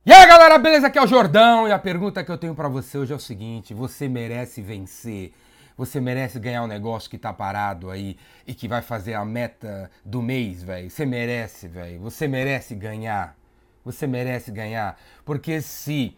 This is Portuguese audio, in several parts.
E aí galera, beleza? Aqui é o Jordão e a pergunta que eu tenho pra você hoje é o seguinte: você merece vencer? Você merece ganhar um negócio que tá parado aí e que vai fazer a meta do mês, velho? Você merece, velho. Você merece ganhar. Você merece ganhar. Porque se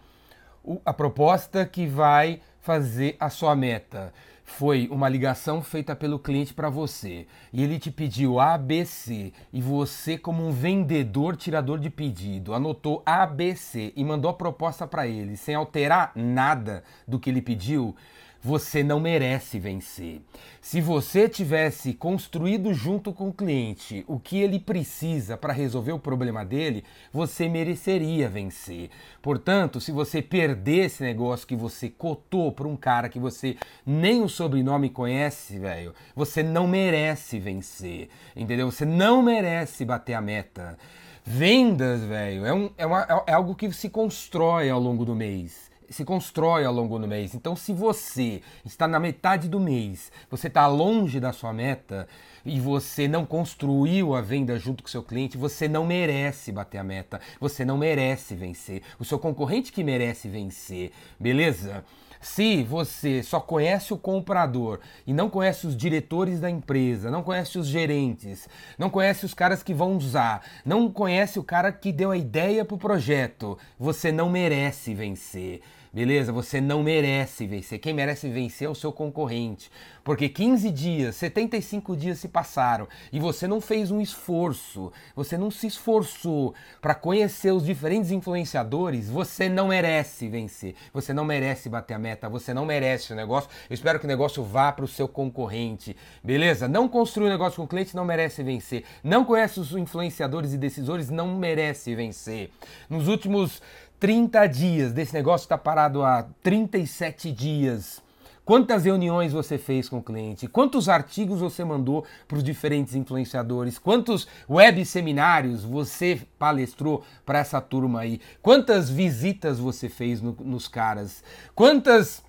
a proposta que vai fazer a sua meta foi uma ligação feita pelo cliente para você e ele te pediu ABC e você, como um vendedor tirador de pedido, anotou ABC e mandou a proposta para ele sem alterar nada do que ele pediu, você não merece vencer. Se você tivesse construído junto com o cliente o que ele precisa para resolver o problema dele, você mereceria vencer. Portanto, se você perder esse negócio que você cotou para um cara que você nem o sobrenome conhece, velho, você não merece vencer, entendeu? Você não merece bater a meta. Vendas, velho, é algo que se constrói ao longo do mês. Se constrói ao longo do mês. Então, se você está na metade do mês, você está longe da sua meta e você não construiu a venda junto com o seu cliente, você não merece bater a meta, você não merece vencer. O seu concorrente que merece vencer, beleza? Se você só conhece o comprador e não conhece os diretores da empresa, não conhece os gerentes, não conhece os caras que vão usar, não conhece o cara que deu a ideia pro projeto, você não merece vencer. Beleza? Você não merece vencer. Quem merece vencer é o seu concorrente. Porque 15 dias, 75 dias se passaram e você não fez um esforço, você não se esforçou para conhecer os diferentes influenciadores, você não merece vencer. Você não merece bater a meta, você não merece o negócio. Eu espero que o negócio vá para o seu concorrente. Beleza? Não construir um negócio com o cliente, não merece vencer. Não conhece os influenciadores e decisores, não merece vencer. Nos últimos 30 dias, desse negócio está parado há 37 dias. Quantas reuniões você fez com o cliente? Quantos artigos você mandou para os diferentes influenciadores? Quantos web seminários você palestrou para essa turma aí? Quantas visitas você fez nos caras? Quantas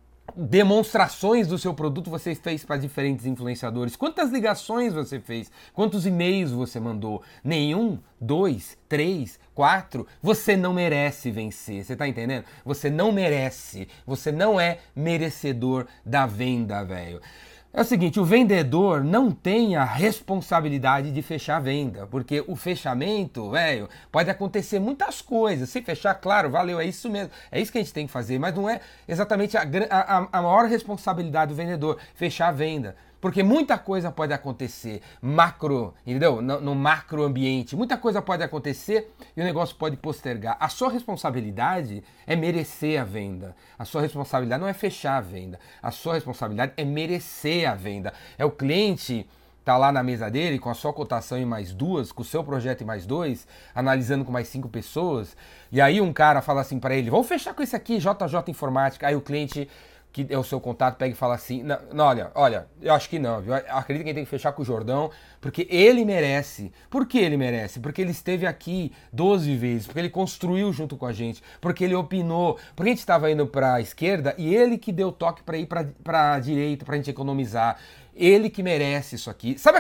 demonstrações do seu produto você fez para diferentes influenciadores? Quantas ligações você fez? Quantos e-mails você mandou? Nenhum? 2? 3? 4? Você não merece vencer, você tá entendendo? Você não merece, você não é merecedor da venda, velho. É o seguinte, o vendedor não tem a responsabilidade de fechar a venda, porque o fechamento, velho, pode acontecer muitas coisas. Se fechar, claro, valeu, é isso mesmo. É isso que a gente tem que fazer, mas não é exatamente a maior responsabilidade do vendedor, fechar a venda. Porque muita coisa pode acontecer macro, entendeu? No macro ambiente, muita coisa pode acontecer e o negócio pode postergar. A sua responsabilidade é merecer a venda. A sua responsabilidade não é fechar a venda. A sua responsabilidade é merecer a venda. É o cliente tá lá na mesa dele com a sua cotação em mais duas, com o seu projeto em mais dois, analisando com mais 5 pessoas, e aí um cara fala assim para ele, vamos fechar com esse aqui, JJ Informática, aí o cliente que é o seu contato, pega e fala assim, não, olha, eu acho que não, viu? Eu acredito que a gente tem que fechar com o Jordão, porque ele merece. Por que ele merece? Porque ele esteve aqui 12 vezes, porque ele construiu junto com a gente, porque ele opinou, porque a gente estava indo para a esquerda e ele que deu toque para ir para a direita, para a gente economizar. Ele que merece isso aqui. Sabe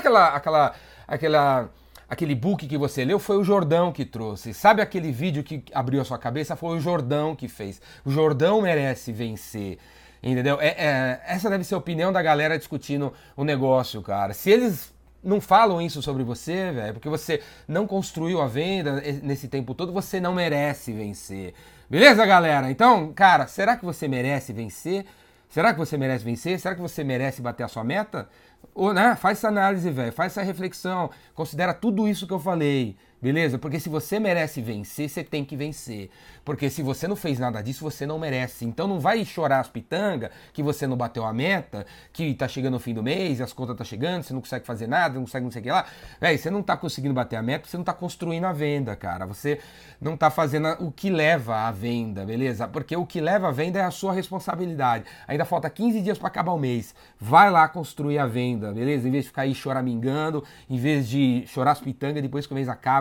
aquele book que você leu? Foi o Jordão que trouxe. Sabe aquele vídeo que abriu a sua cabeça? Foi o Jordão que fez. O Jordão merece vencer. Entendeu? Essa deve ser a opinião da galera discutindo o negócio, cara. Se eles não falam isso sobre você, velho, porque você não construiu a venda nesse tempo todo, você não merece vencer. Beleza, galera? Então, cara, será que você merece vencer? Será que você merece vencer? Será que você merece bater a sua meta? Ou, né? Faz essa análise, velho. Faz essa reflexão. Considera tudo isso que eu falei. Beleza? Porque se você merece vencer, você tem que vencer. Porque se você não fez nada disso, você não merece. Então não vai chorar as pitangas que você não bateu a meta, que tá chegando o fim do mês, as contas tá chegando, você não consegue fazer nada, não consegue não sei o que lá. Véi, você não tá conseguindo bater a meta, você não tá construindo a venda, cara. Você não tá fazendo o que leva à venda, beleza? Porque o que leva à venda é a sua responsabilidade. Ainda falta 15 dias para acabar o mês. Vai lá construir a venda, beleza? Em vez de ficar aí choramingando, em vez de chorar as pitangas depois que o mês acaba,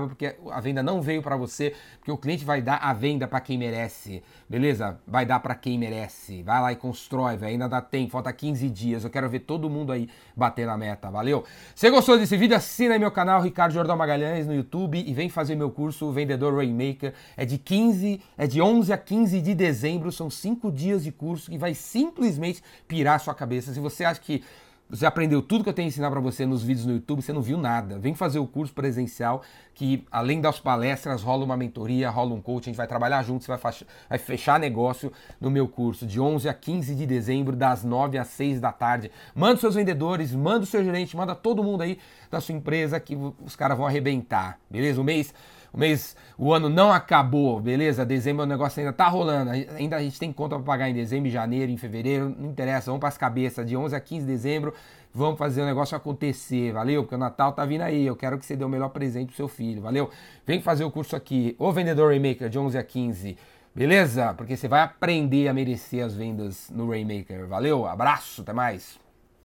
acaba porque a venda não veio para você, porque o cliente vai dar a venda para quem merece, beleza? Vai dar para quem merece. Vai lá e constrói, velho. Ainda dá tempo, falta 15 dias. Eu quero ver todo mundo aí bater na meta, valeu? Se gostou desse vídeo, assina aí meu canal Ricardo Jordão Magalhães no YouTube e vem fazer meu curso Vendedor Rainmaker. É de 11 a 15 de dezembro, são 5 dias de curso que vai simplesmente pirar a sua cabeça. Se você acha que você aprendeu tudo que eu tenho a ensinar para você nos vídeos no YouTube, você não viu nada. Vem fazer o curso presencial, que além das palestras, rola uma mentoria, rola um coaching, a gente vai trabalhar junto, você vai fechar negócio no meu curso, de 11 a 15 de dezembro, das 9 às 6 da tarde. Manda os seus vendedores, manda o seu gerente, manda todo mundo aí da sua empresa que os caras vão arrebentar, beleza? O ano não acabou, beleza? Dezembro o negócio ainda tá rolando, ainda a gente tem conta para pagar em dezembro, em janeiro, em fevereiro, não interessa, vamos para as cabeças, de 11 a 15 de dezembro, vamos fazer o negócio acontecer, valeu? Porque o Natal tá vindo aí, eu quero que você dê o melhor presente pro seu filho, valeu? Vem fazer o curso aqui, o Vendedor Rainmaker, de 11 a 15, beleza? Porque você vai aprender a merecer as vendas no Rainmaker, valeu? Abraço, até mais!